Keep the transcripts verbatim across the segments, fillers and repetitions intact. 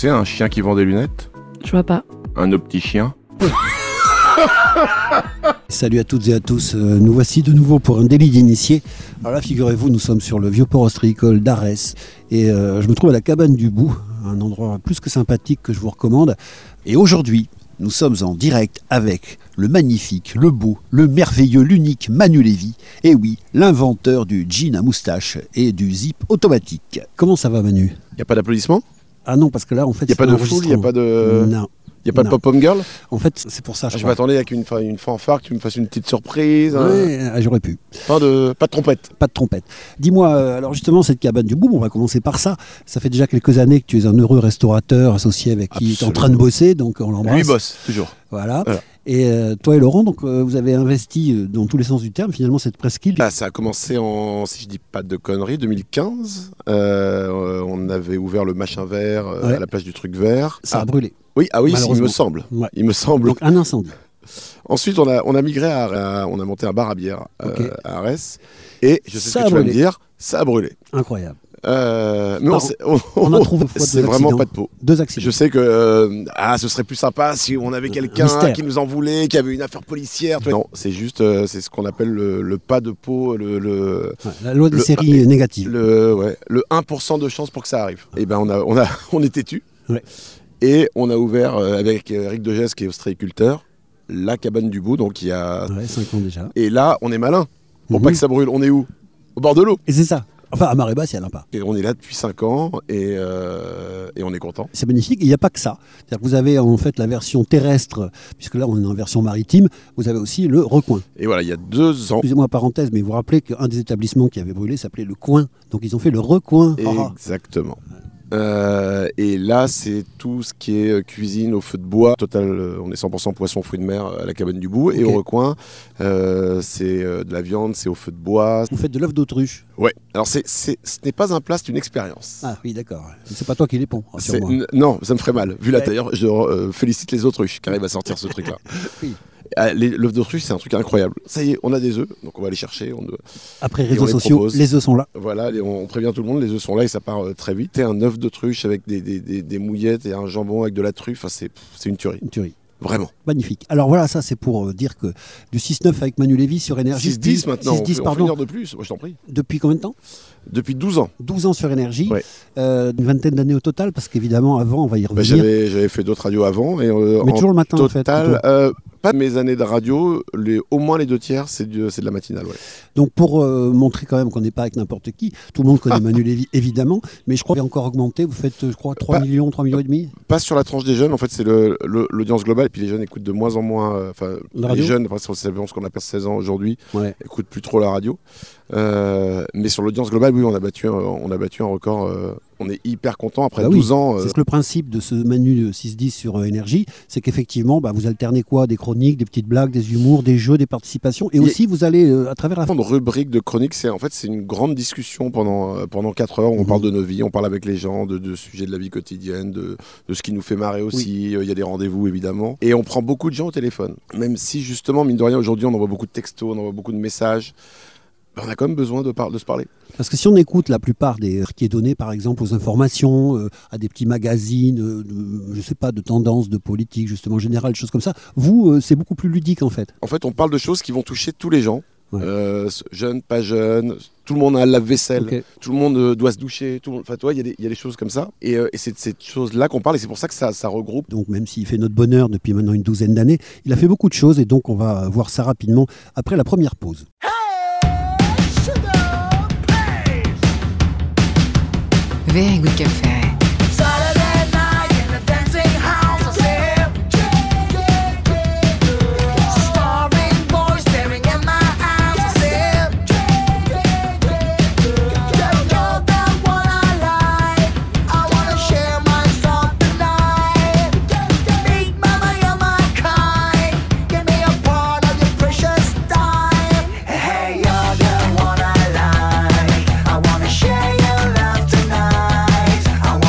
c'est un chien qui vend des lunettes? Je vois pas. Un opticien? Salut à toutes et à tous, euh, nous voici de nouveau pour un délit d'initié. Alors là, figurez-vous, nous sommes sur le vieux port ostréicole d'Arès et euh, je me trouve à la cabane du Bout, un endroit plus que sympathique que je vous recommande. Et aujourd'hui, nous sommes en direct avec le magnifique, le beau, le merveilleux, l'unique Manu Lévy. Et oui, l'inventeur du jean à moustache et du zip automatique. Comment ça va, Manu? Il n'y a pas d'applaudissements? Ah non, parce que là, en fait, il n'y a pas de foule, il n'y a pas de... Non. Il n'y a pas non. de pop-up girl? En fait, c'est pour ça, je ah, Je crois. m'attendais avec une, une fanfare, que tu me fasses une petite surprise. Ouais, hein. J'aurais pu. Pas de, pas de trompette. Pas de trompette. Dis-moi, euh, alors justement, cette cabane du Bout, on va commencer par ça. Ça fait déjà quelques années que tu es un heureux restaurateur associé avec qui est en train de bosser, donc on l'embrasse. Lui bosse, toujours. Voilà. voilà. Et euh, toi et Laurent, donc euh, vous avez investi euh, dans tous les sens du terme, finalement, cette presqu'île. Ah, ça a commencé en, si je dis pas de conneries, deux mille quinze. Euh, on avait ouvert le machin vert euh, ouais. à la place du truc vert. Ça ah. a brûlé. Oui, ah oui, il me semble. Ouais. Il me semble. Donc un incendie. Ensuite, on a, on a migré à, à on a monté un bar à bière okay. euh, à Arès. Et je sais ça ce que tu vas me dire, ça a brûlé. Incroyable. Euh, mais Par on, on, on a trouvé c'est vraiment pas de peau. Deux accidents. Je sais que euh, ah, ce serait plus sympa si on avait quelqu'un qui nous en voulait, qui avait une affaire policière. Non, c'est juste, euh, c'est ce qu'on appelle le, le pas de peau, le, le ouais, la loi des le, séries le, négatives. Le, ouais, le un pour cent de chance pour que ça arrive. Et ben on a, on a, on est têtu. Ouais. Et on a ouvert euh, avec Eric Degès qui est ostréiculteur, la cabane du Bout, donc il y a ouais, cinq ans déjà. Et là, on est malin pour mmh. pas que ça brûle. On est où? Au bord de l'eau. Et c'est ça. Enfin, à marée basse, il n'y en a pas. Et on est là depuis cinq ans et, euh, et on est content. C'est magnifique. Il n'y a pas que ça. C'est-à-dire que vous avez en fait la version terrestre, puisque là on est en version maritime. Vous avez aussi le recoin. Et voilà, il y a deux ans. Excusez-moi, parenthèse, mais vous vous rappelez qu'un des établissements qui avait brûlé s'appelait le Coin. Donc ils ont fait le recoin. Exactement. Euh, et là, c'est tout ce qui est cuisine au feu de bois. Total, euh, on est cent pour cent poisson, fruits de mer à la cabane du Bout. Okay. Et au recoin, euh, c'est euh, de la viande, c'est au feu de bois. Vous faites de l'œuf d'autruche? Ouais. Alors, c'est, c'est, ce n'est pas un plat, c'est une expérience. Ah oui, d'accord. C'est pas toi qui les ponds. N- non, ça me ferait mal. Vu la taille, je euh, félicite les autruches qui arrivent à sortir ce truc-là. Oui. L'œuf d'autruche, c'est un truc incroyable. Ça y est, on a des œufs, donc on va les chercher. On, Après réseaux sociaux, les, les œufs sont là. Voilà, les, on prévient tout le monde, les œufs sont là et ça part euh, très vite. Et un œuf d'autruche avec des, des, des, des mouillettes et un jambon avec de la truffe, c'est, c'est une tuerie. Une tuerie. Vraiment. Magnifique. Alors voilà, ça c'est pour euh, dire que du six neuf avec Manu Lévy sur Énergie. six dix maintenant, six dix, on, pardon. on fait une heure de plus, moi je t'en prie. Depuis combien de temps? Depuis douze ans. douze ans sur Énergie, ouais. euh, une vingtaine d'années au total, parce qu'évidemment avant, on va y revenir. Bah, j'avais, j'avais fait d'autres radios avant. Et, euh, Mais toujours le matin total, en fait. Euh, pas mes années de radio, les, au moins les deux tiers, c'est de, c'est de la matinale. Ouais. Donc pour euh, montrer quand même qu'on n'est pas avec n'importe qui, tout le monde connaît Manu Lévy évidemment, mais je crois qu'il a encore augmenté, vous faites je crois trois millions, trois millions et demi. Pas sur la tranche des jeunes, en fait c'est le, le, l'audience globale, et puis les jeunes écoutent de moins en moins, enfin euh, les jeunes, c'est ce qu'on appelle seize ans aujourd'hui, ouais. écoutent plus trop la radio. Euh, mais sur l'audience globale, oui, on a battu, on a battu un record. Euh, on est hyper content après bah douze oui. ans. Euh... C'est le principe de ce Manu six dix sur euh, Énergie, c'est qu'effectivement, bah, vous alternez quoi? Des chroniques, des petites blagues, des humours, des jeux, des participations, et, et aussi vous allez euh, à travers la de rubrique de chronique, c'est en fait c'est une grande discussion pendant euh, pendant quatre heures où on mmh. parle de nos vies, on parle avec les gens, de, de sujets de la vie quotidienne, de, de ce qui nous fait marrer aussi. Il oui. euh, y a des rendez-vous évidemment, et on prend beaucoup de gens au téléphone. Même si justement mine de rien aujourd'hui on envoie beaucoup de textos, on envoie beaucoup de messages. On a quand même besoin de, par- de se parler. Parce que si on écoute la plupart des qui est donné, par exemple, aux informations, euh, à des petits magazines, euh, de, je sais pas, de tendances, de politique, justement, générale, choses comme ça, vous, euh, c'est beaucoup plus ludique, en fait. En fait, on parle de choses qui vont toucher tous les gens. Ouais. Euh, jeunes, pas jeunes, tout le monde a un lave-vaisselle, okay. tout le monde euh, doit se doucher, enfin toi, il y, y a des choses comme ça, et, euh, et c'est de ces choses-là qu'on parle, et c'est pour ça que ça, ça regroupe. Donc même s'il fait notre bonheur depuis maintenant une douzaine d'années, il a fait beaucoup de choses, et donc on va voir ça rapidement après la première pause. Very good café. I wanna share your love tonight.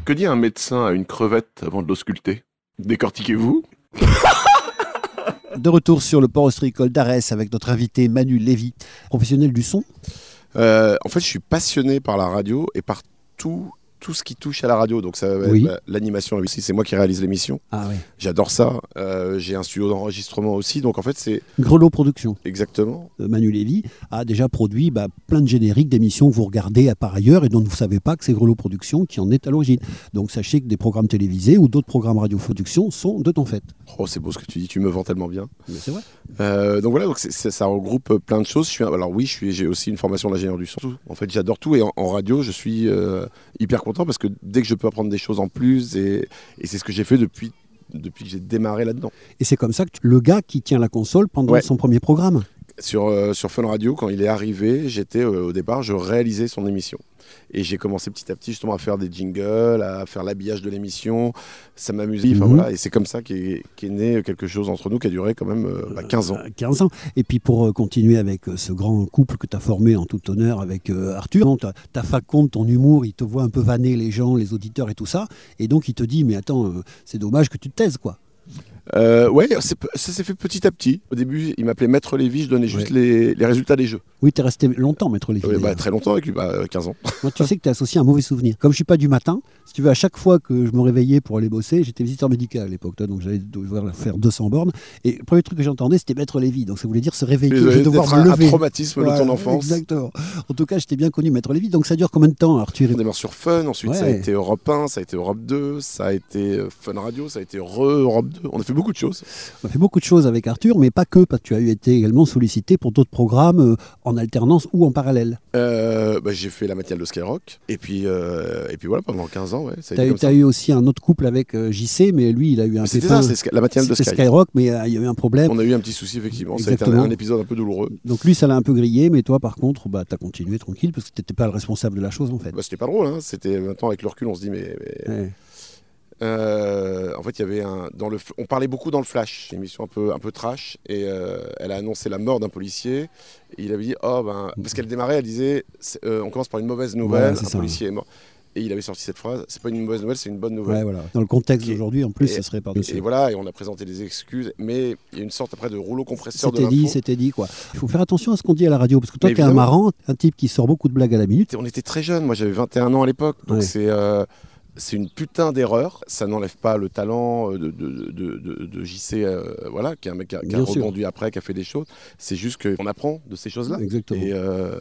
Que dit un médecin à une crevette avant de l'ausculter? Décortiquez-vous. De retour sur le port ostréicole d'Arès avec notre invité Manu Lévy, professionnel du son. Euh, en fait, je suis passionné par la radio et par tout, tout ce qui touche à la radio. Donc, ça va Oui. être l'animation aussi. C'est moi qui réalise l'émission. Ah oui. J'adore ça. Euh, j'ai un studio d'enregistrement aussi. Donc, en fait, c'est Grelot Productions. exactement. Euh, Manu Lévy a déjà produit bah, plein de génériques d'émissions que vous regardez à par ailleurs et dont vous ne savez pas que c'est Grelot Productions qui en est à l'origine. Donc sachez que des programmes télévisés ou d'autres programmes radio-production sont de ton fait. Oh, c'est beau ce que tu dis. Tu me vends tellement bien. Mais c'est vrai. Euh, donc voilà, donc c'est, c'est, ça regroupe plein de choses. Je suis, un- alors oui, je suis, j'ai aussi une formation d'ingénieur du son. Tout. En fait, j'adore tout et en, en radio, je suis euh, hyper content parce que dès que je peux apprendre des choses en plus et, et c'est ce que j'ai fait depuis, depuis que j'ai démarré là-dedans. Et c'est comme ça que tu- le gars qui tient la console pendant Ouais. son premier programme. Sur, euh, sur Fun Radio, quand il est arrivé, j'étais euh, au départ, je réalisais son émission. Et j'ai commencé petit à petit justement à faire des jingles, à faire l'habillage de l'émission. Ça m'amusait. Enfin, Mhm. voilà. Et c'est comme ça qu'est, qu'est né quelque chose entre nous qui a duré quand même euh, bah, quinze ans. Euh, quinze ans. Et puis pour euh, continuer avec euh, ce grand couple que tu as formé en tout honneur avec euh, Arthur, ta, ta faconde, ton humour, il te voit un peu vanner les gens, les auditeurs et tout ça. Et donc il te dit, mais attends, euh, c'est dommage que tu te taises quoi. Euh, ouais, c'est, ça s'est fait petit à petit. Au début, il m'appelait Maître Lévy, je donnais juste Ouais. les, les résultats des jeux. Oui, tu es resté longtemps, Maître Lévy. Ouais, bah, d'ailleurs. très longtemps avec lui, bah, quinze ans. Moi, tu sais que tu as associé un mauvais souvenir. Comme je suis pas du matin, si tu veux, à chaque fois que je me réveillais pour aller bosser, j'étais visiteur médical à l'époque, toi, donc j'allais devoir faire deux cents bornes. Et le premier truc que j'entendais, c'était Maître Lévy. Donc ça voulait dire se réveiller, Mais, je euh, devoir d'être me un, un lever. traumatisme de Voilà, ton enfance. Exactement. En tout cas, j'étais bien connu, Maître Lévy. Donc ça dure combien de temps, Arthur? On démarre sur Fun, ensuite Ouais. ça a été Europe un, ça a été Europe deux, ça a été euh, Fun Radio, ça a été Re-Europe deux. On a fait beaucoup de choses. On a fait beaucoup de choses avec Arthur, mais pas que, parce que tu as eu été également sollicité pour d'autres programmes euh, en alternance ou en parallèle. Euh, bah, j'ai fait la matinale de Skyrock. Et puis, euh, et puis voilà, pendant quinze ans, ouais, ça a Tu as, été eu, comme ça. t'as eu aussi un autre couple avec euh, J C, mais lui, il a eu un Mais C'était pépin. ça, c'est Sky- la matinale de C'était Sky. Skyrock, mais euh, il y a eu un problème. On a eu un petit souci, effectivement. Ça a été Exactement. un, un épisode un peu douloureux. Donc lui, ça l'a un peu grillé, mais toi, par contre, bah, tu as continué tranquille, parce que tu n'étais pas le responsable de la chose, en fait. Bah, c'était pas drôle, hein. C'était maintenant avec le recul, on se dit, mais. mais- Ouais. Euh, en fait, il y avait un. Dans le, on parlait beaucoup dans le Flash, une émission un peu, un peu trash, et euh, elle a annoncé la mort d'un policier. Et il avait dit, oh ben. Parce qu'elle démarrait, elle disait, c'est- euh, on commence par une mauvaise nouvelle, Voilà, c'est un ça. policier est mort. Et il avait sorti cette phrase, c'est pas une mauvaise nouvelle, c'est une bonne nouvelle. Ouais, voilà. Dans le contexte Qui- d'aujourd'hui, en plus, et- ça serait Et par-dessus. voilà, et on a présenté des excuses, mais il y a une sorte après de rouleau compresseur de C'était dit, l'info. c'était dit, quoi. Il faut faire attention à ce qu'on dit à la radio, parce que toi, Mais tu es un évidemment. marrant, un type qui sort beaucoup de blagues à la minute. On était très jeunes, moi j'avais vingt et un ans à l'époque, donc Ouais. c'est euh, c'est une putain d'erreur. Ça n'enlève pas le talent de, de, de, de, de J C, euh, voilà, qui est un mec qui a, qui a Bien sûr. rebondi après, qui a fait des choses. C'est juste qu'on apprend de ces choses-là. Exactement. Et, euh,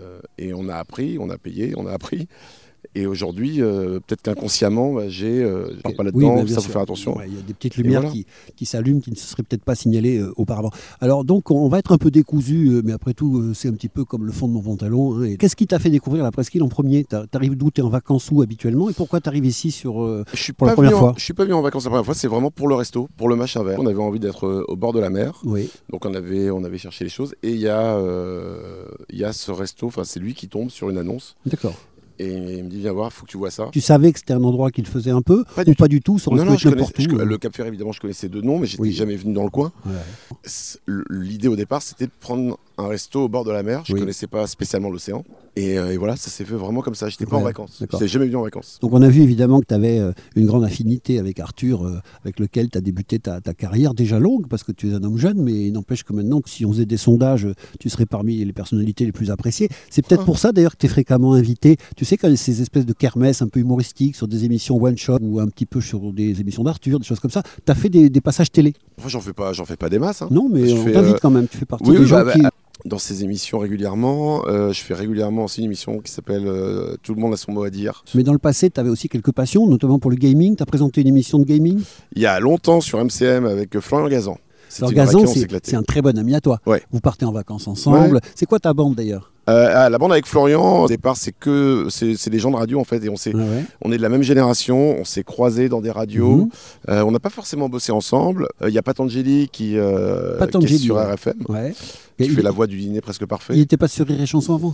et on a appris, on a payé, on a appris. Et aujourd'hui, euh, peut-être qu'inconsciemment, bah, j'ai, euh, je parle pas Oui, là-dedans, bah, bien ça sûr. faut faire attention. Ouais, il y a des petites lumières voilà. qui, qui s'allument, qui ne se seraient peut-être pas signalées euh, auparavant. Alors donc, on va être un peu décousu, euh, mais après tout, euh, c'est un petit peu comme le fond de mon pantalon. hein. Et Qu'est-ce qui t'a fait découvrir la presqu'île en premier? T'a- T'arrives d'où? T'es en vacances où habituellement? Et pourquoi t'arrives ici sur euh, Je suis Pour la pas première venu en- fois. Je suis pas venu en vacances la première fois, c'est vraiment pour le resto, pour le machin vert. On avait envie d'être euh, au bord de la mer. Oui, Donc on avait, on avait cherché les choses et il y, a, euh, il y a ce resto, enfin c'est lui qui tombe sur une annonce d'accord. et il me dit viens voir, faut que tu vois ça. Tu savais que c'était un endroit qu'il faisait un peu Pas ou du pas du tout? Ça aurait Non, pu non, être je connais, n'importe je- où, euh. le Cap Ferret évidemment je connaissais deux noms mais j'étais Oui. jamais venu dans le coin. Ouais. C'est- L'idée au départ c'était de prendre un resto au bord de la mer, je Oui. connaissais pas spécialement l'océan et, euh, et voilà ça s'est fait vraiment comme ça, j'étais pas en Ouais, vacances, d'accord. j'étais jamais venu en vacances. Donc on a vu évidemment que tu avais euh, une grande affinité avec Arthur, euh, avec lequel tu as débuté ta, ta carrière déjà longue, parce que tu es un homme jeune, mais il n'empêche que maintenant, que si on faisait des sondages, euh, tu serais parmi les personnalités les plus appréciées. C'est peut-être Ah. pour ça d'ailleurs que tu es fréquemment invité. Tu sais, quand il y a ces espèces de kermesses un peu humoristiques sur des émissions one-shot ou un petit peu sur des émissions d'Arthur, des choses comme ça, tu as fait des, des passages télé. Enfin, j'en fais pas, j'en fais pas des masses. hein. Non, mais Je on fais, t'invite euh, quand même, tu fais partie oui, des oui, gens bah, qui... bah, dans ces émissions régulièrement, euh, je fais régulièrement aussi une émission qui s'appelle euh, Tout le monde a son mot à dire. Mais dans le passé, tu avais aussi quelques passions, notamment pour le gaming. Tu as présenté une émission de gaming. Il y a longtemps sur M C M avec euh, Florian Gazan. C'était Alors une vraie Gazan, clé, on c'est s'éclatait. c'est un très bon ami à toi. Ouais. Vous partez en vacances ensemble. Ouais. C'est quoi ta bande d'ailleurs? Euh, ah, la bande avec Florian, au départ, c'est que c'est c'est des gens de radio en fait, et on s'est, Ah ouais. on est de la même génération, on s'est croisés dans des radios. Mhm. Euh, on n'a pas forcément bossé ensemble. Euh, Il y a Patangeli qui, euh, qui est Patangeli, sur ouais. R F M, Ouais. qui Et fait il, la voix du dîner presque parfait. il était pas sur Rire et Chanson avant?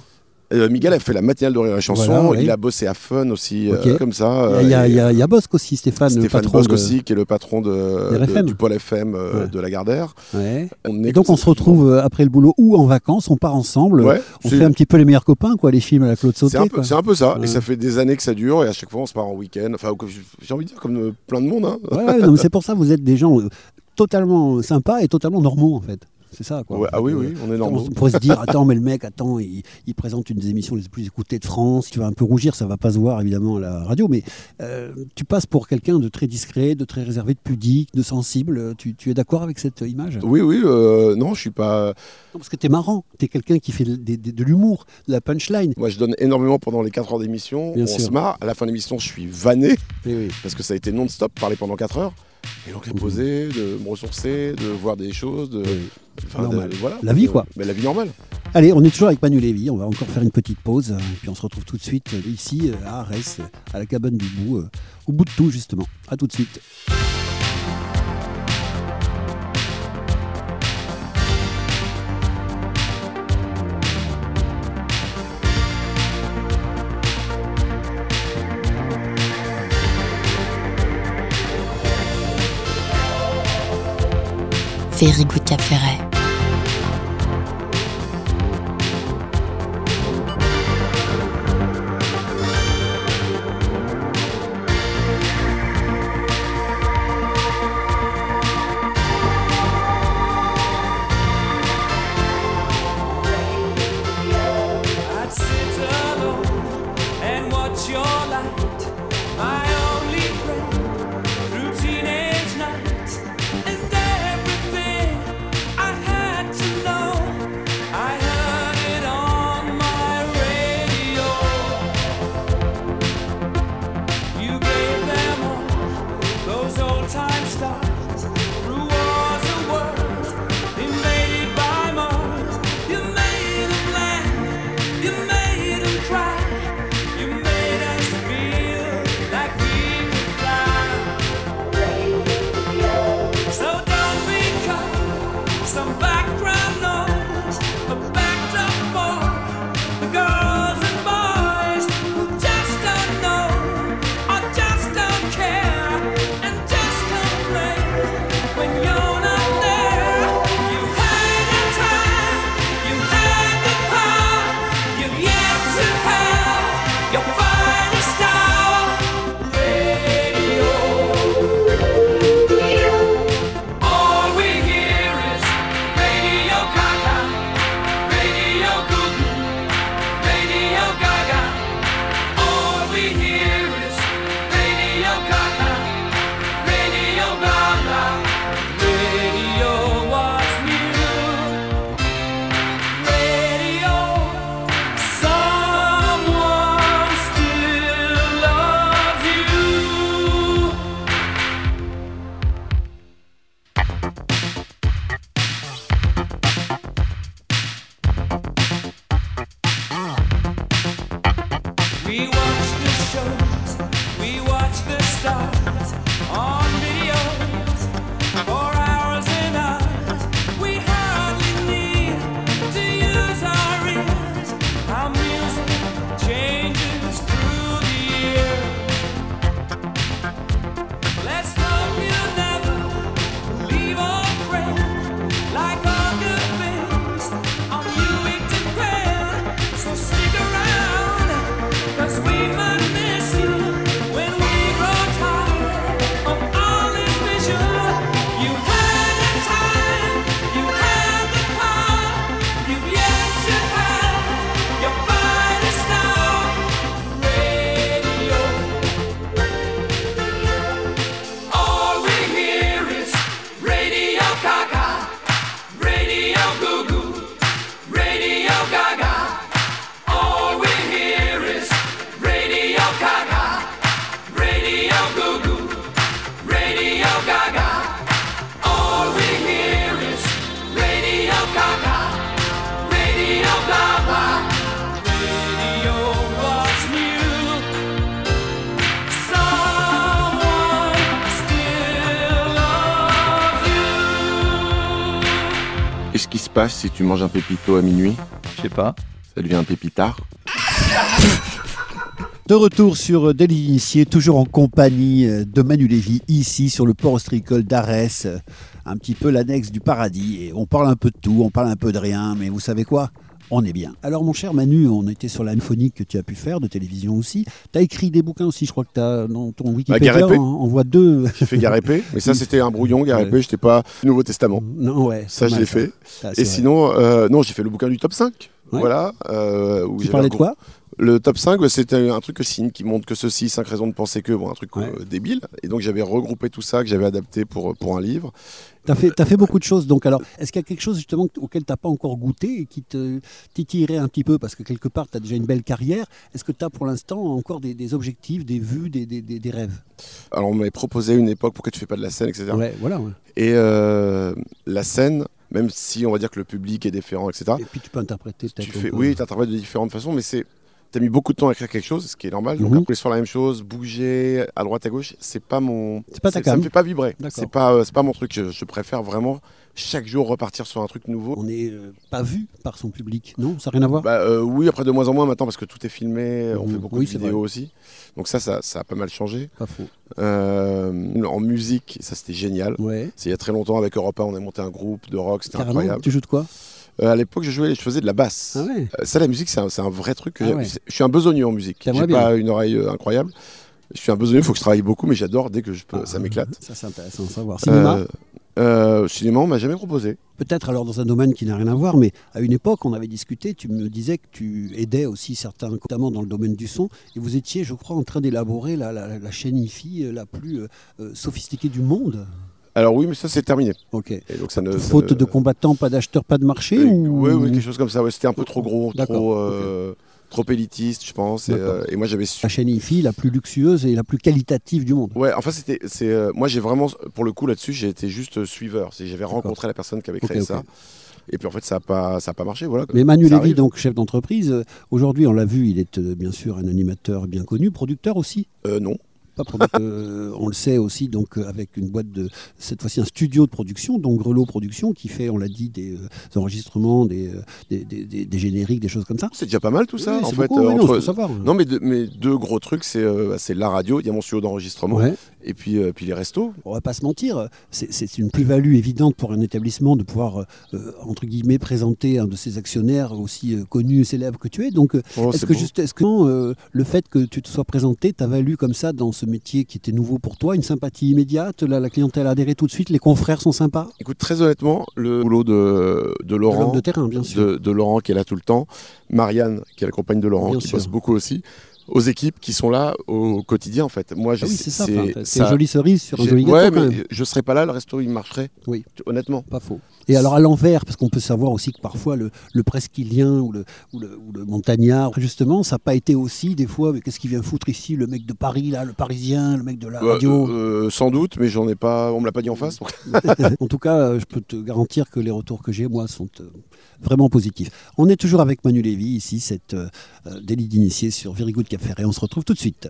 Euh, Miguel a fait la matinale de Rire et Chanson, Voilà, oui. il a bossé à Fun aussi, Ok. euh, comme ça. Il y, a- et- il y a- il y a Bosque aussi, Stéphane, le Stéphane patron Bosque de... aussi, qui est le patron de, de R F M. de- du pôle F M euh, Ouais. de Lagardère. Ouais. On Et est donc on se retrouve euh, après le boulot ou en vacances, on part ensemble, Ouais, on c'est- fait un petit peu les meilleurs copains, quoi, les films à la Claude Sauté. C'est un, peu- quoi. c'est un peu ça, Ouais. et ça fait des années que ça dure, et à chaque fois on se part en week-end. Enfin, j'ai envie de dire comme euh, plein de monde. Hein. Ouais, ouais, non, mais c'est pour ça que vous êtes des gens euh, totalement sympas et totalement normaux en fait. C'est ça, quoi. Ouais, ah oui, oui, on est normaux. On pourrait se dire, attends, mais le mec, attends, il, il présente une des émissions les plus écoutées de France. Tu vas un peu rougir, ça va pas se voir évidemment à la radio, mais euh, tu passes pour quelqu'un de très discret, de très réservé, de pudique, de sensible. Tu, tu es d'accord avec cette image? Oui, oui, euh, non, je suis pas. Non, parce que t'es marrant, t'es quelqu'un qui fait de, de- de l'humour, de la punchline. Moi, je donne énormément pendant les quatre heures d'émission. Bien On sûr. se marre. À la fin de l'émission, je suis vanné Oui, oui. parce que ça a été non-stop, parler pendant quatre heures. Et donc, à me poser, de me ressourcer, de voir des choses, de. Oui. enfin, Normal. de- voilà, La vie, de- quoi. Mais la vie normale. Allez, on est toujours avec Manu Lévy, on va encore faire une petite pause, euh, puis on se retrouve tout de suite euh, ici euh, à Arès, euh, à la cabane du bout, euh, au bout de tout justement. À tout de suite. Very Good Cap Ferret. I'd sit alone and watch your light, my only friend through teenage nights, and everything I had to know, I heard it on my radio. You gave them all those old time stars through wars and worlds invaded by Mars. You made them laugh, you made them cry, you made us feel like we could fly. So don't become some background noise, a backed up for the girls and boys who just don't know or just don't care and just complain when you're not there. You had the time, you had the power, you've yet to have your finest hour. Radio. All we hear is Radio Gaga, Radio Goo Goo, Radio Gaga. All we hear is Radio Gaga, Radio Gaga. Radio what's new. Radio, someone still loves you. We watch the shows, we watch the stars on videos for hours and hours. We hardly need to use our ears. Our music changes through the year. Let's hope you never leave our friend like all good things on you it depend. So stick around, 'cause we might miss you when we grow tired of all this vision. You had the time, you had the power, you've yet to have your finest hour. Radio. All we hear is Radio Gaga, Radio Goo Goo, Radio Gaga. All we hear is Radio Gaga, Radio Goo Goo, Radio Gaga. All we hear is Radio Gaga, Radio Gaga. Radio what's new. Someone still loves you. Qu'est-ce qui se passe si tu manges un pépito à minuit? Je sais pas. Ça devient un pépitard. De retour sur Délit d'initié, toujours en compagnie de Manu Lévy, ici sur le port ostréicole d'Arès, un petit peu l'annexe du paradis. Et on parle un peu de tout, on parle un peu de rien, mais vous savez quoi ? On est bien. Alors mon cher Manu, on était sur la phonique que tu as pu faire, de télévision aussi. Tu as écrit des bouquins aussi, je crois que tu as dans ton Wikipédia, Bah, on, on voit deux. J'ai fait Gare épée, mais ça c'était un brouillon, Gare épée, Ouais. j'étais pas Nouveau Testament. Non, ouais. Ça, pas je mal, l'ai fait. Ça, c'est Et vrai. sinon, euh, non, j'ai fait le bouquin du top cinq. Ouais. Voilà. Euh, où Tu j'avais parlais de regroup- quoi ? Le top cinq, ouais, c'était un truc que signe qui montre que ceci, cinq raisons de penser que, bon, un truc Ouais. euh, débile. Et donc j'avais regroupé tout ça, que j'avais adapté pour, pour un livre. Tu as fait, t'as fait beaucoup de choses. Donc, alors, est-ce qu'il y a quelque chose justement auquel tu n'as pas encore goûté et qui te titillerait un petit peu ? Parce que quelque part, tu as déjà une belle carrière. Est-ce que tu as pour l'instant encore des, des objectifs, des vues, des, des, des, des rêves ? Alors on m'avait proposé à une époque pourquoi tu fais pas de la scène, et cetera. Ouais, voilà. Ouais. Et euh, la scène, même si on va dire que le public est différent, et cetera. Et puis tu peux interpréter peut-être. Tu un fais, peu. oui, tu interprètes de différentes façons, mais c'est. T'as mis beaucoup de temps à écrire quelque chose, ce qui est normal. Donc Mhm. après sur la même chose, bouger à droite à gauche, c'est pas mon. C'est pas ta Ça came. me fait pas vibrer. D'accord. C'est pas, euh, c'est pas mon truc. Je, je préfère vraiment chaque jour repartir sur un truc nouveau. On n'est euh, pas vu par son public, non ? Ça n'a rien à voir ? Bah, euh, oui, après de moins en moins maintenant parce que tout est filmé, on Mhm. fait beaucoup Oui, de c'est vidéos vrai. aussi. Donc ça, ça, ça a pas mal changé. Pas faux. Euh, en musique, ça c'était génial. Ouais. C'est il y a très longtemps avec Europa, on a monté un groupe de rock, c'était Carrément. incroyable. Tu joues de quoi ? Euh, à l'époque, je jouais, je faisais de la basse. Ah ouais. Euh, ça, la musique, c'est un, c'est un vrai truc. Que Ah j'ai- ouais. c'est- Je suis un besogneux en musique. T'aimerais J'ai bien. pas une oreille euh, incroyable. Je suis un besogneux, il faut que je travaille beaucoup, mais j'adore dès que je peux. Ça Ah, m'éclate. Ça, c'est intéressant de savoir. Cinéma ? Euh, euh, cinéma, on m'a jamais proposé. Peut-être alors dans un domaine qui n'a rien à voir, mais à une époque, on avait discuté, tu me disais que tu aidais aussi certains, notamment dans le domaine du son, et vous étiez, je crois, en train d'élaborer la, la, la chaîne hi-fi la plus euh, euh, sophistiquée du monde. Alors oui, mais ça c'est terminé. Ok. Et donc ça ne. ça Faute ne- de combattants, pas d'acheteurs, pas de marché Oui, ou... oui, oui, quelque chose comme ça. Ouais, c'était un peu trop gros, D'accord, trop, euh, trop élitiste, je pense. Et, D'accord. euh, et moi j'avais su. La chaîne hi-fi la plus luxueuse et la plus qualitative du monde. Ouais, enfin c'était, c'est, euh, moi j'ai vraiment, pour le coup là-dessus, j'ai été juste euh, suiveur. C'est, j'avais rencontré la personne qui avait créé Ok, ok. ça. Et puis en fait ça a pas, ça a pas marché, voilà. Mais Manu Ça Lévy, arrive. donc chef d'entreprise, euh, aujourd'hui on l'a vu, il est euh, bien sûr un animateur bien connu, producteur aussi. Euh, non. Pas producteur, euh, on le sait aussi, donc euh, avec une boîte de, cette fois-ci un studio de production, donc Grelot Production, qui fait, on l'a dit, des, euh, enregistrements, des, euh, des, des- des- des génériques, des choses comme ça. C'est déjà pas mal tout ça. Oui, en c'est fait, beaucoup, euh, oui, non, entre- je peux savoir. Non, mais, de- mais deux gros trucs, c'est, euh, c'est la radio, il y a mon studio d'enregistrement, Ouais. et puis, euh, puis les restos. On va pas se mentir, c'est- c'est une plus-value évidente pour un établissement de pouvoir, euh, euh, entre guillemets, présenter un de ses actionnaires aussi euh, connu et célèbre que tu es. Donc, euh, Oh, est-ce c'est que, beau. juste, est-ce que euh, le fait que tu te sois présenté t'a valu comme ça dans ce métier qui était nouveau pour toi, une sympathie immédiate, la, la clientèle a adhéré tout de suite, les confrères sont sympas? Écoute, très honnêtement, le boulot de, de Laurent, L'homme de terrain, bien sûr. de, de Laurent qui est là tout le temps, Marianne qui est la compagne de Laurent, Bien qui sûr. bosse beaucoup aussi, aux équipes qui sont là au quotidien en fait. Moi, Ah j'ai- oui, c'est ça. c'est- enfin, C'est ça- une jolie cerise sur un j'ai- joli gâteau ouais, quand mais même. je serais pas là, le resto il marcherait. Oui. Honnêtement. Pas faux. Et alors à l'envers, parce qu'on peut savoir aussi que parfois le, le presqu'îlien ou le, ou, le, ou le montagnard, justement, ça n'a pas été aussi des fois, mais qu'est-ce qu'il vient foutre ici, le mec de Paris, là, le parisien, le mec de la Euh, radio. euh, sans doute, mais j'en ai pas. On me l'a pas dit en face. donc- En tout cas, euh, je peux te garantir que les retours que j'ai, moi, sont euh, vraiment positifs. On est toujours avec Manu Lévy, ici, cette euh, euh, délit d'initié sur Very Good Cap Ferret. On se retrouve tout de suite.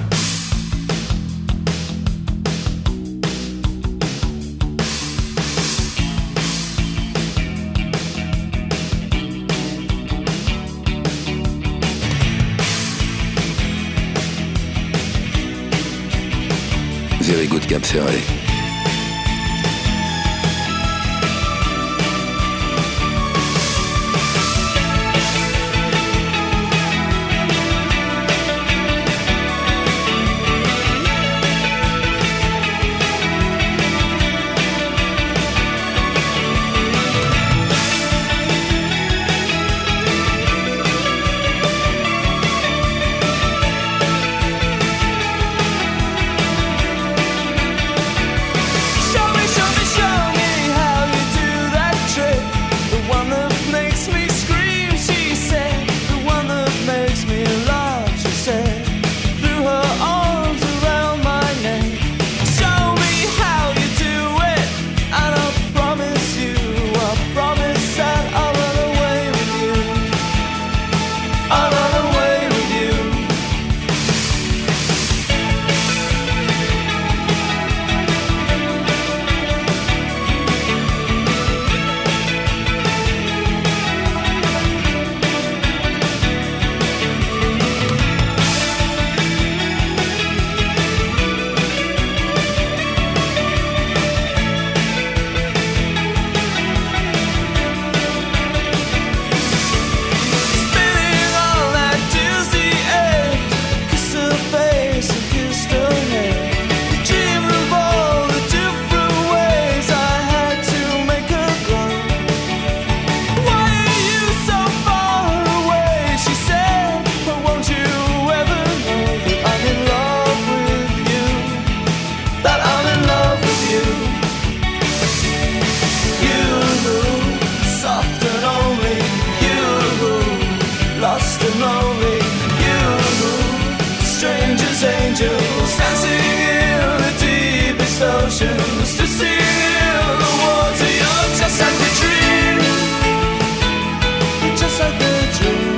Very Good Cap Ferret. angels dancing in the deepest oceans to steal the water. You're just like a dream, just like a dream.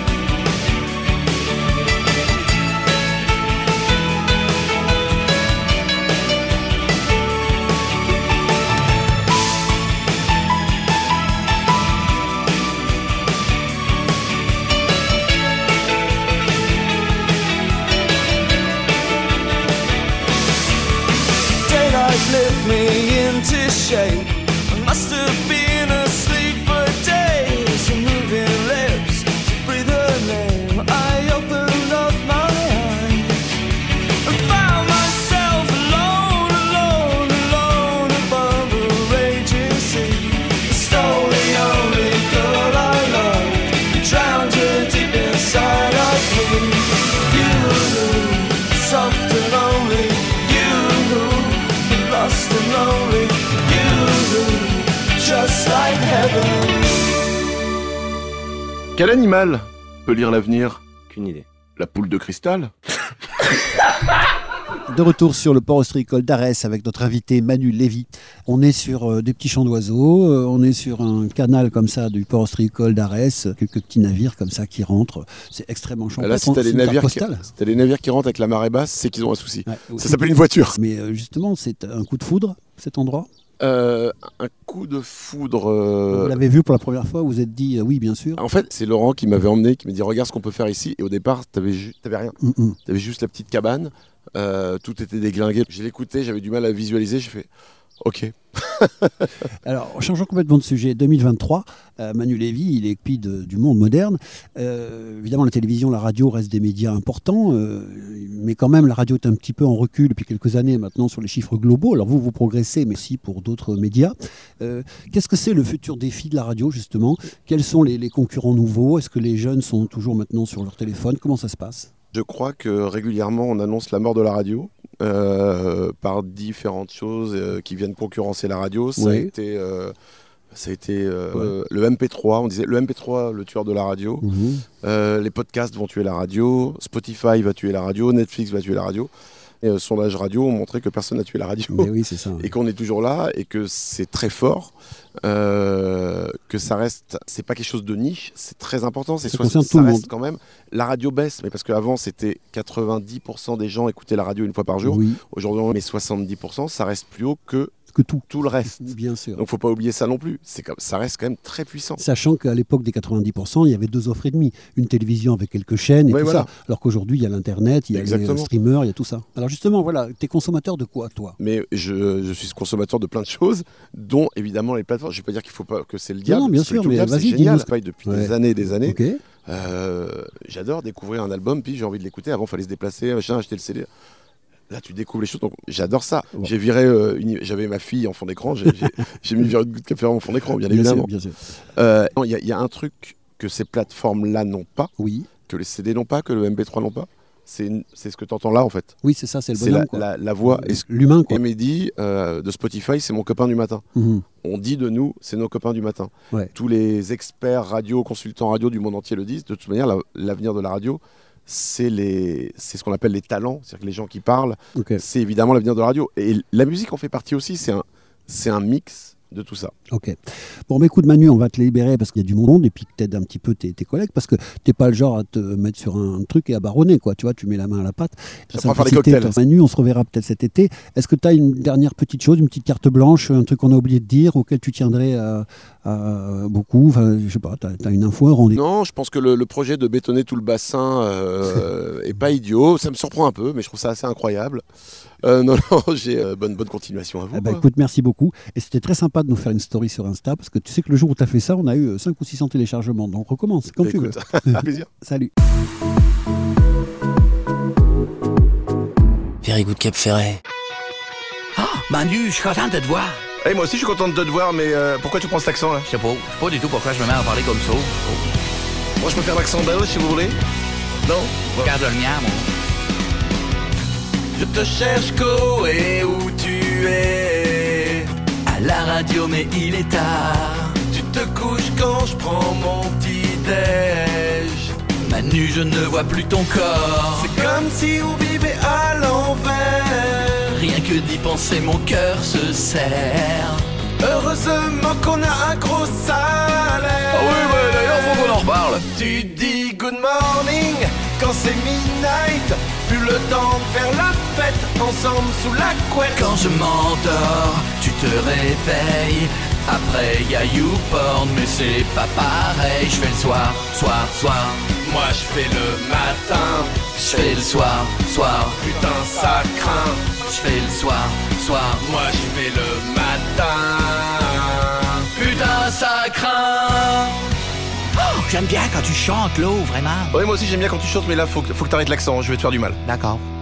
Lift me into shape. I must have been asleep for days. Your moving lips to breathe her name. I opened up my eyes and found myself alone, alone, alone above a raging sea. Stole the only girl I loved, drowned her deep inside of me. You, soft and lonely. Lost and lonely, you, just like heaven. Quel animal peut lire l'avenir? Qu'une idée. La poule de cristal? De retour sur le port ostréicole d'Arès avec notre invité Manu Lévy. On est sur euh, des petits chants d'oiseaux, euh, on est sur un canal comme ça du port ostréicole d'Arès, quelques petits navires comme ça qui rentrent. C'est extrêmement champêtre. Là, si t'as C'est les une navires, carte qui, postale. si t'as les navires qui rentrent avec la marée basse, c'est qu'ils ont un souci. Ouais, Ça s'appelle une voiture. Mais euh, justement, c'est un coup de foudre, cet endroit. Euh, un coup de foudre. euh, Vous l'avez vu pour la première fois, vous vous êtes dit euh, oui, bien sûr. En fait, c'est Laurent qui m'avait emmené, qui m'a dit regarde ce qu'on peut faire ici. Et au départ, t'avais, ju- t'avais rien. Mm-mm. T'avais juste la petite cabane. Euh, tout était déglingué. J'ai l'écouté, j'avais du mal à visualiser. J'ai fait ok. Alors, changeons complètement de sujet. deux mille vingt-trois, euh, Manu Lévy, il est cuit de- du monde moderne. Euh, évidemment, la télévision, la radio restent des médias importants, euh, mais quand même, la radio est un petit peu en recul depuis quelques années maintenant sur les chiffres globaux. Alors vous, vous progressez, mais aussi pour d'autres médias. Euh, qu'est-ce que c'est le futur défi de la radio, justement? Quels sont les, les concurrents nouveaux? Est-ce que les jeunes sont toujours maintenant sur leur téléphone? Comment ça se passe? Je crois que régulièrement, on annonce la mort de la radio euh, par différentes choses euh, qui viennent concurrencer la radio. Ça a Ouais. été, euh, ça a été euh, le M P trois. On disait le M P trois, le tueur de la radio. Mhm. Euh, les podcasts vont tuer la radio. Spotify va tuer la radio. Netflix va tuer la radio. Et euh, sondages radio ont montré que personne n'a tué la radio. Mais oui, c'est ça. Et qu'on est toujours là et que c'est très fort, euh, que ça reste, c'est pas quelque chose de niche, c'est très important. C'est Ça soit- concerne ça tout le reste monde. quand même. La radio baisse, mais parce qu'avant c'était quatre-vingt-dix pour cent des gens écoutaient la radio une fois par jour. Oui, Aujourd'hui, on met soixante-dix pour cent, ça reste plus haut que que tout. tout le reste. Bien sûr. Donc faut pas oublier ça non plus. C'est comme, ça reste quand même très puissant. Sachant qu'à l'époque des quatre-vingt-dix pour cent, il y avait deux offres et demie. Une télévision avec quelques chaînes et Oui, tout voilà. ça. Alors qu'aujourd'hui, il y a l'Internet, il y a Exactement. les euh, streamers, il y a tout ça. Alors justement, voilà, t'es consommateur de quoi, toi? Mais je, je suis consommateur de plein de choses, dont évidemment les plateformes. Je vais pas dire qu'il faut pas que c'est le diable. non, bien parce que sûr, tout le mais diable, vas-y, c'est génial. dis-nous. Spotify depuis Ouais. des années et des années. Ok. Euh, j'adore découvrir un album, puis j'ai envie de l'écouter. Avant, il fallait se déplacer, machin, acheter le C D. Là, tu découvres les choses, donc j'adore ça. Bon. J'ai viré, euh, une- j'avais ma fille en fond d'écran, j'ai, j'ai, j'ai mis Viré Good Cap Ferré en fond d'écran, bien, Bien évidemment. sûr, bien sûr. Euh, non, Il y, a- il y a un truc que ces plateformes-là n'ont pas, Oui, que les C D n'ont pas, que le M P trois n'ont pas. C'est, une- c'est ce que tu entends là, en fait. oui, c'est ça, c'est le C'est bonhomme, la, quoi. la, la voix. Et, ce- L'humain, quoi. et Mehdi, euh, de Spotify, c'est mon copain du matin. Mhm. On dit de nous, c'est nos copains du matin. Ouais. Tous les experts radio, consultants radio du monde entier le disent. De toute manière, la- l'avenir de la radio, c'est, les, c'est ce qu'on appelle les talents, c'est-à-dire que les gens qui parlent, Ok, c'est évidemment l'avenir de la radio. Et la musique en fait partie aussi, c'est un, c'est un mix de tout ça. ok. Bon, mais écoute, Manu, on va te libérer parce qu'il y a du monde et puis que t'aides un petit peu tes, tes collègues parce que t'es pas le genre à te mettre sur un truc et à baronner, quoi. Tu vois, tu mets la main à la pâte. Ta J'apprends à faire des simplicité, cocktails. toi. Manu, on se reverra peut-être cet été. Est-ce que tu as une dernière petite chose, une petite carte blanche, un truc qu'on a oublié de dire auquel tu tiendrais à, à beaucoup? Enfin, je sais pas, tu as une info, un rendez-vous? Non, je pense que le, le projet de bétonner tout le bassin euh, est pas idiot. Ça me surprend un peu, mais je trouve ça assez incroyable. Euh, non, non, j'ai euh, bonne, bonne continuation à vous. Eh ben, quoi. écoute, merci beaucoup. Et c'était très sympa de nous faire une story sur Insta parce que tu sais que le jour où tu as fait ça, on a eu cinq ou six cents téléchargements. Donc recommence quand tu veux. Écoute, avec plaisir. Salut. Very Good Cap Ferré. Ah, Manu, je suis content de te voir. Hey, moi aussi, je suis content de te voir, mais euh, pourquoi tu prends cet accent là? Je sais pas, je sais pas du tout pourquoi je me mets à parler comme ça. Moi, je peux faire l'accent belge si vous voulez. Non? Bon. Regarde le mien, moi. Je te cherche, Koé, où tu es. À la radio, mais il est tard. Tu te couches quand je prends mon petit déj. Manu, je ne vois plus ton corps. C'est comme si on vivait à l'envers. Rien que d'y penser, mon cœur se serre. Heureusement qu'on a un gros salaire. Ah oui, ouais, d'ailleurs, faut qu'on en reparle. Tu dis good morning quand c'est midnight. Plus le temps de faire la fête ensemble sous la couette. Quand je m'endors, tu te réveilles. Après y'a YouPorn, mais c'est pas pareil. Je fais le soir, soir, soir. Moi je fais le matin. Je fais le soir, soir. Putain ça craint. Je fais le soir, soir. Moi je fais le matin. Putain, ça craint. Oh, j'aime bien quand tu chantes, l'eau, vraiment. Ouais, moi aussi j'aime bien quand tu chantes, mais là faut que, faut que t'arrêtes l'accent, je vais te faire du mal. D'accord.